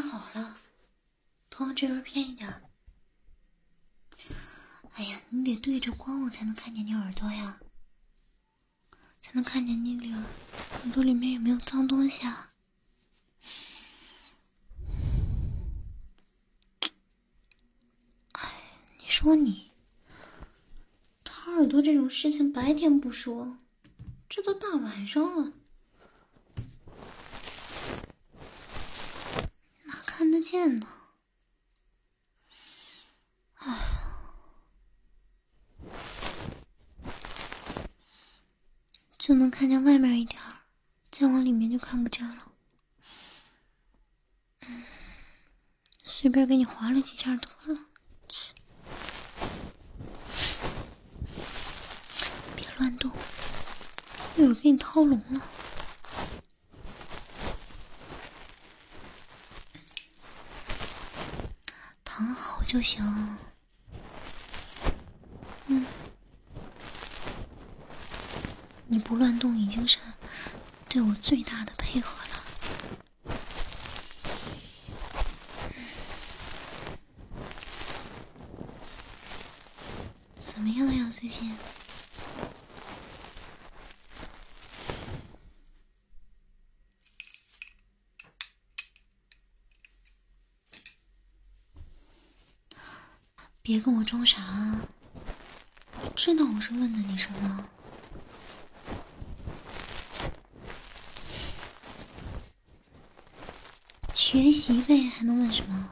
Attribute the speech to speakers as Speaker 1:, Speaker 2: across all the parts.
Speaker 1: 好了，头往这边偏一点。哎呀，你得对着光我才能看见你耳朵呀，才能看见你耳朵里面有没有脏东西啊。哎，你说你掏耳朵这种事情白天不说，这都大晚上了，哪看得见呢？哎呀，就能看见外面一点儿，再往里面就看不见了。随便给你划了几下得了，别乱动，一会儿给你掏聋了。躺好就行。你不乱动已经是对我最大的配合了。怎么样呀，最近？别跟我装傻啊！知道我是问的你什么？学习呗，还能问什么？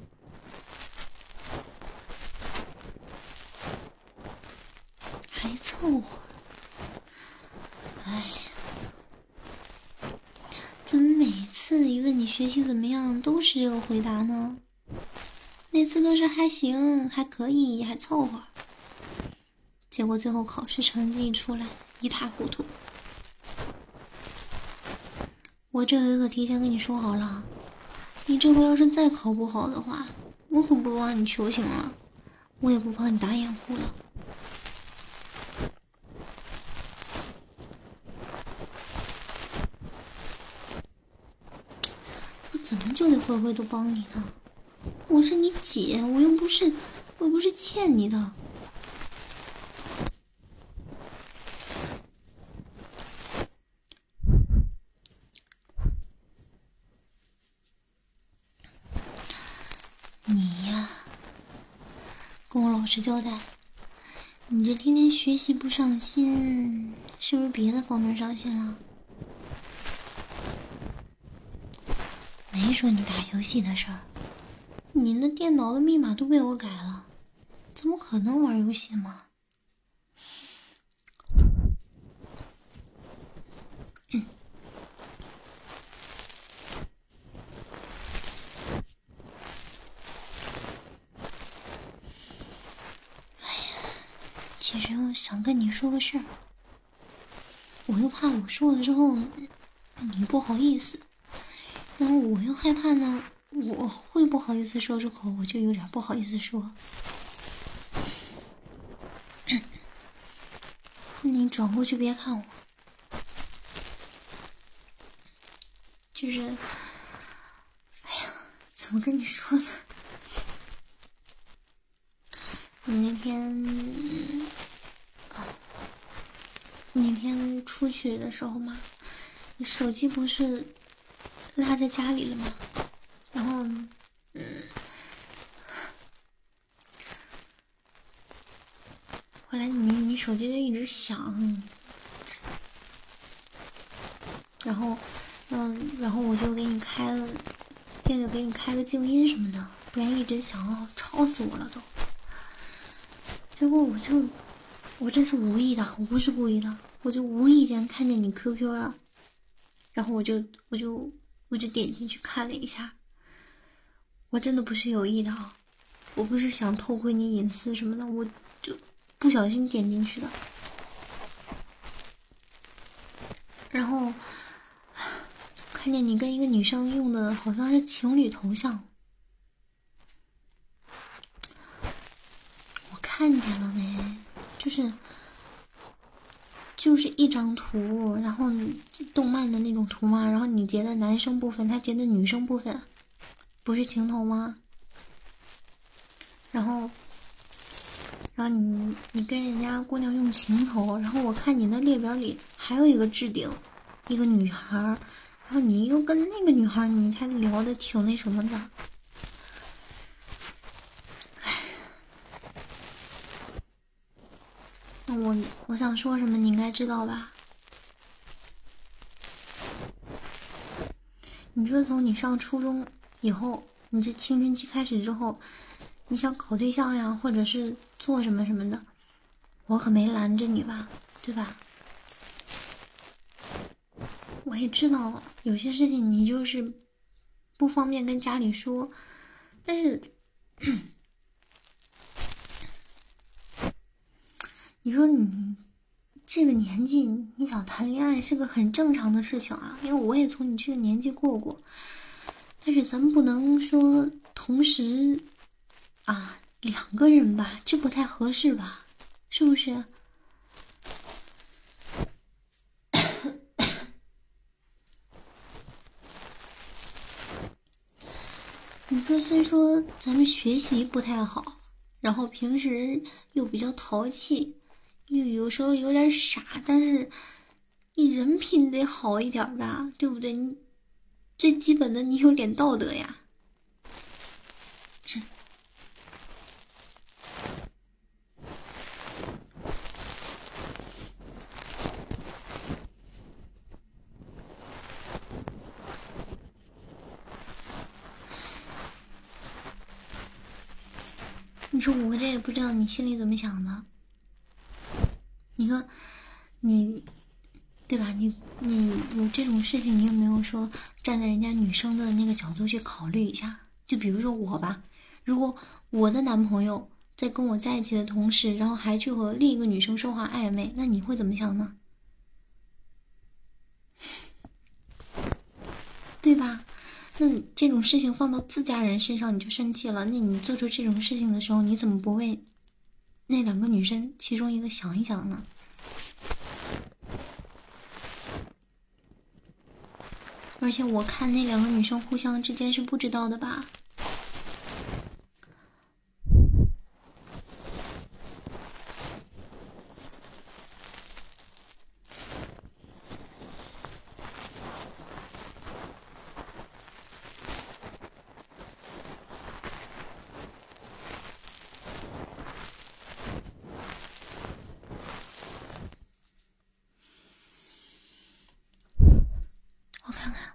Speaker 1: 还凑合。哎呀，怎么每次一问你学习怎么样，都是这个回答呢？每次都是还行，还可以，还凑合。结果最后考试成绩一出来，一塌糊涂。我这回可提前跟你说好了，你这回要是再考不好的话，我可不帮你求情了，我也不帮你打掩护了。我怎么就得回回都帮你呢？我是你姐，我又不是欠你的。你呀，跟我老实交代，你这天天学习不上心，是不是别的方面上心了？没说你打游戏的事儿，你那电脑的密码都被我改了，怎么可能玩游戏嘛？其实我想跟你说个事儿，我又怕我说了之后你不好意思，然后我又害怕呢，我会不好意思说出口，我就有点不好意思说。你转过去别看我，就是，哎呀，怎么跟你说呢？你那天出去的时候嘛，你手机不是落在家里了吗？然后，后来你手机就一直响，然后我就给你开了，店里给你开个静音什么的，不然一直响，吵死我了都。结果我真是无意的，我不是故意的，我就无意间看见你 QQ 了，然后我就点进去看了一下，我真的不是有意的啊，我不是想偷窥你隐私什么的，我就不小心点进去的。然后看见你跟一个女生用的好像是情侣头像，我看见了没？就是一张图，然后动漫的那种图嘛，然后你截的男生部分，他截的女生部分， 不是情头吗？然后你跟人家姑娘用情头，然后我看你的列表里还有一个置顶，一个女孩，然后你又跟那个女孩你还聊得挺那什么的。那我想说什么你应该知道吧？你说从你上初中以后，你这青春期开始之后，你想搞对象呀，或者是做什么什么的，我可没拦着你吧，对吧？我也知道有些事情你就是不方便跟家里说，但是你说你这个年纪你想谈恋爱是个很正常的事情啊，因为我也从你这个年纪过过，但是咱不能说同时啊2个人吧，这不太合适吧，是不是？你说虽说咱们学习不太好，然后平时又比较淘气，又有时候有点傻，但是你人品得好一点吧，对不对？你最基本的你有点道德呀。你说我这也不知道你心里怎么想的。你说你对吧？你有这种事情，你有没有说站在人家女生的那个角度去考虑一下？就比如说我吧，如果我的男朋友在跟我在一起的同时，然后还去和另一个女生说话暧昧，那你会怎么想呢？对吧？那这种事情放到自家人身上你就生气了，那你做出这种事情的时候，你怎么不为那2个女生其中一个想一想呢？而且我看那2个女生互相之间是不知道的吧？我看看，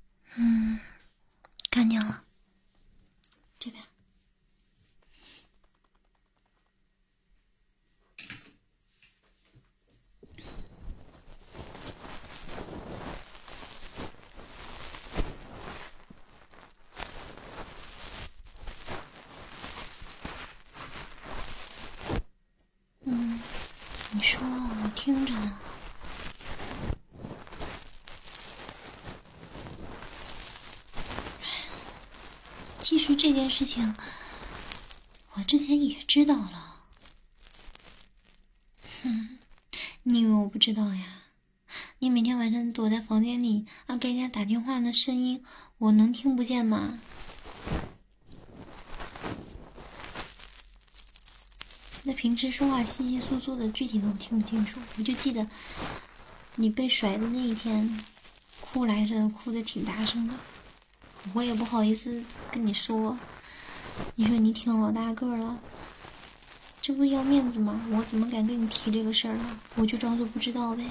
Speaker 1: 干净了，这边。你说，我听着呢。其实这件事情，我之前也知道了。你以为我不知道呀？你每天晚上躲在房间里啊，跟人家打电话那声音，我能听不见吗？那平时说话稀稀疏疏的，具体的我听不清楚，我就记得你被甩的那一天，哭来着，哭得挺大声的，我也不好意思跟你说。你说你挺老大个了，这不要面子吗？我怎么敢跟你提这个事儿啊？我就装作不知道呗。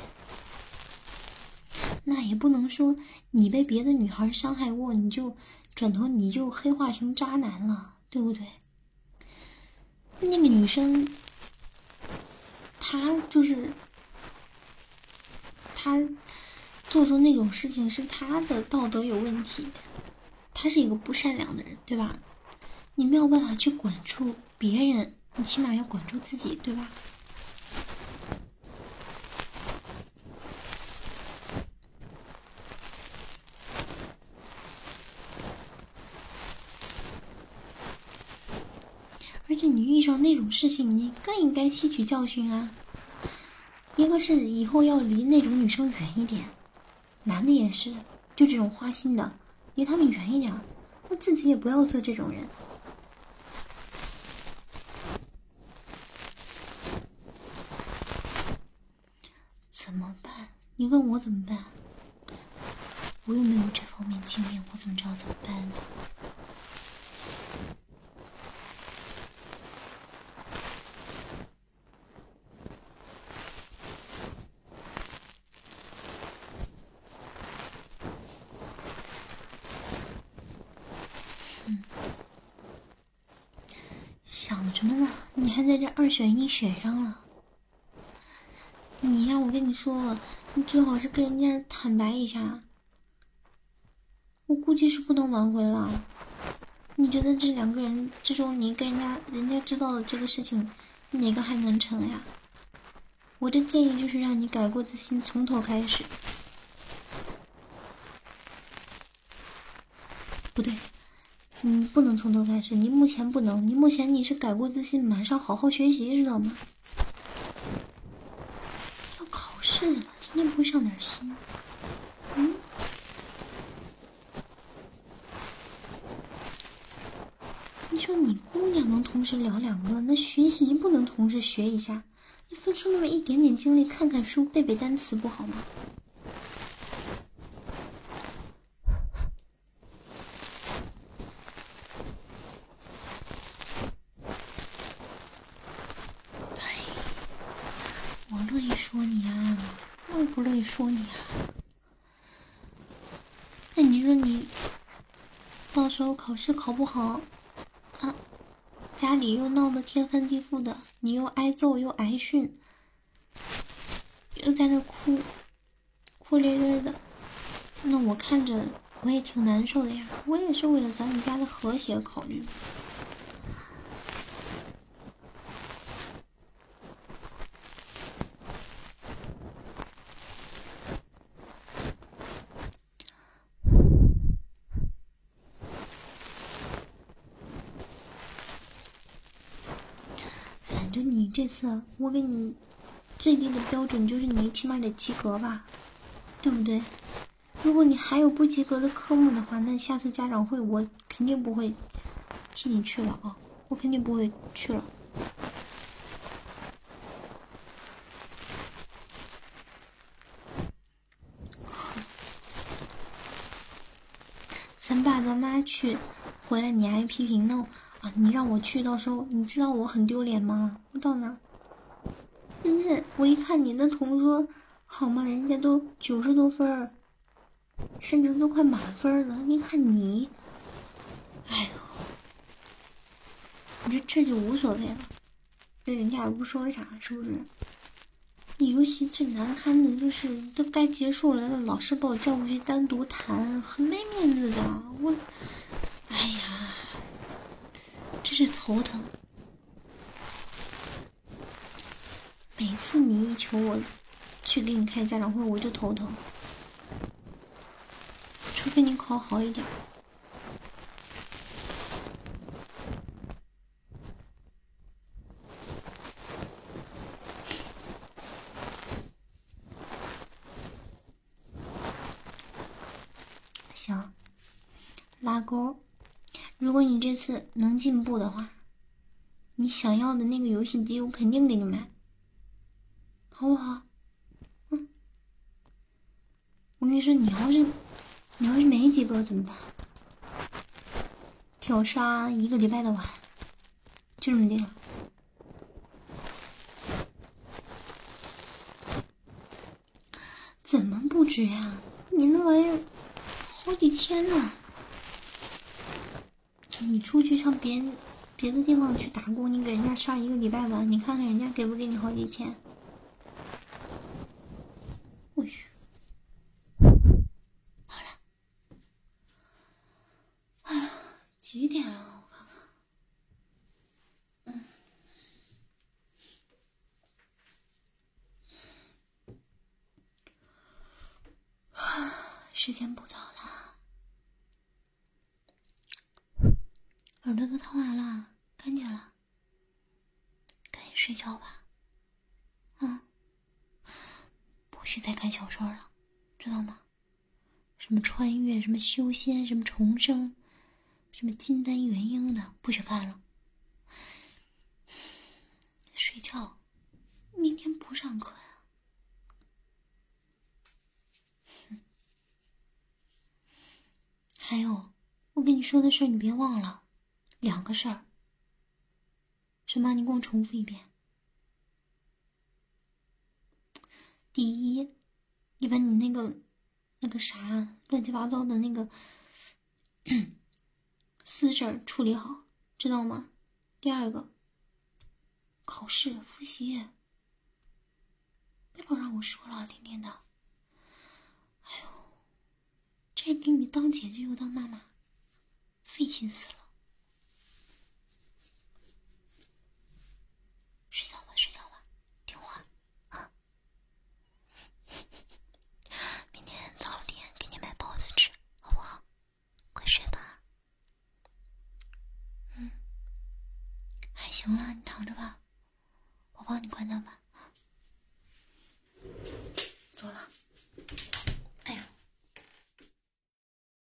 Speaker 1: 那也不能说你被别的女孩伤害过，你就转头你就黑化成渣男了，对不对？那个女生，她做出那种事情是她的道德有问题，她是一个不善良的人，对吧？你没有办法去管住别人，你起码要管住自己，对吧？而且你遇上那种事情，你更应该吸取教训啊。一个是以后要离那种女生远一点，男的也是，就这种花心的，离他们远一点。 我自己也不要做这种人。怎么办？你问我怎么办？我又没有这方面经验，我怎么知道怎么办呢？想什么呢？你还在这2选1选上了。你呀，我跟你说，你最好是跟人家坦白一下。我估计是不能挽回了。你觉得这2个人之中，你跟人家知道了这个事情，哪个还能成呀？我的建议就是让你改过自新，从头开始。不对，你不能从头开始，你目前不能，你是改过自新，马上好好学习，知道吗？要考试了，天天不会上点心。你说你姑娘能同时聊2个，那学习不能同时学一下？你分出那么一点点精力，看看书，背背单词，不好吗？我乐意说你啊，我也不乐意说你啊。那你说你到时候考试考不好啊，家里又闹得天翻地覆的，你又挨揍又挨训，又在那哭咧咧的，那我看着我也挺难受的呀。我也是为了咱们家的和谐考虑。反正你这次我给你最低的标准就是你起码得及格吧，对不对？如果你还有不及格的科目的话，那下次家长会我肯定不会替你去了啊，我肯定不会去了。咱爸咱妈去，回来你还批评呢啊！你让我去，到时候你知道我很丢脸吗？我到那儿，人家我一看你的同桌，好吗？人家都90多分儿，甚至都快满分了。你看你，哎呦，你这就无所谓了，这人家也不说啥，是不是？你游戏最难堪的就是都该结束了，老师把我叫过去单独谈，很没面子的。我，哎呀，真是头疼。每次你一求我去给你开家长会，我就头疼。除非你考好一点。行，拉钩。如果你这次能进步的话，你想要的那个游戏机我肯定给你买，好不好？我跟你说，你要是没及格怎么办？替我刷1个礼拜的碗，就这么定了。怎么不值呀？你那玩意儿好几千呢。你出去上别的地方去打工，你给人家刷1个礼拜碗，你看看人家给不给你好几千？我去，好了，哎呀，几点了？我看看，时间不早了，耳朵都烫完了，干净了，赶紧睡觉吧。不许再看小说了，知道吗？什么穿越，什么修仙，什么重生， 什么金丹元婴的，不许看了。睡觉，明天不上课呀。还有，我跟你说的事儿你别忘了，2个事儿。什么？你给我重复一遍。第一，你把你那个啥乱七八糟的那个私事儿处理好，知道吗？第二个，考试复习，别老让我说了，天天的。哎呦，这给你当姐姐又当妈妈，费心死了。睡觉吧，睡觉吧，听话啊！明天早点给你买包子吃，好不好？快睡吧。还行了，你躺着吧，我帮你关灯吧。走了。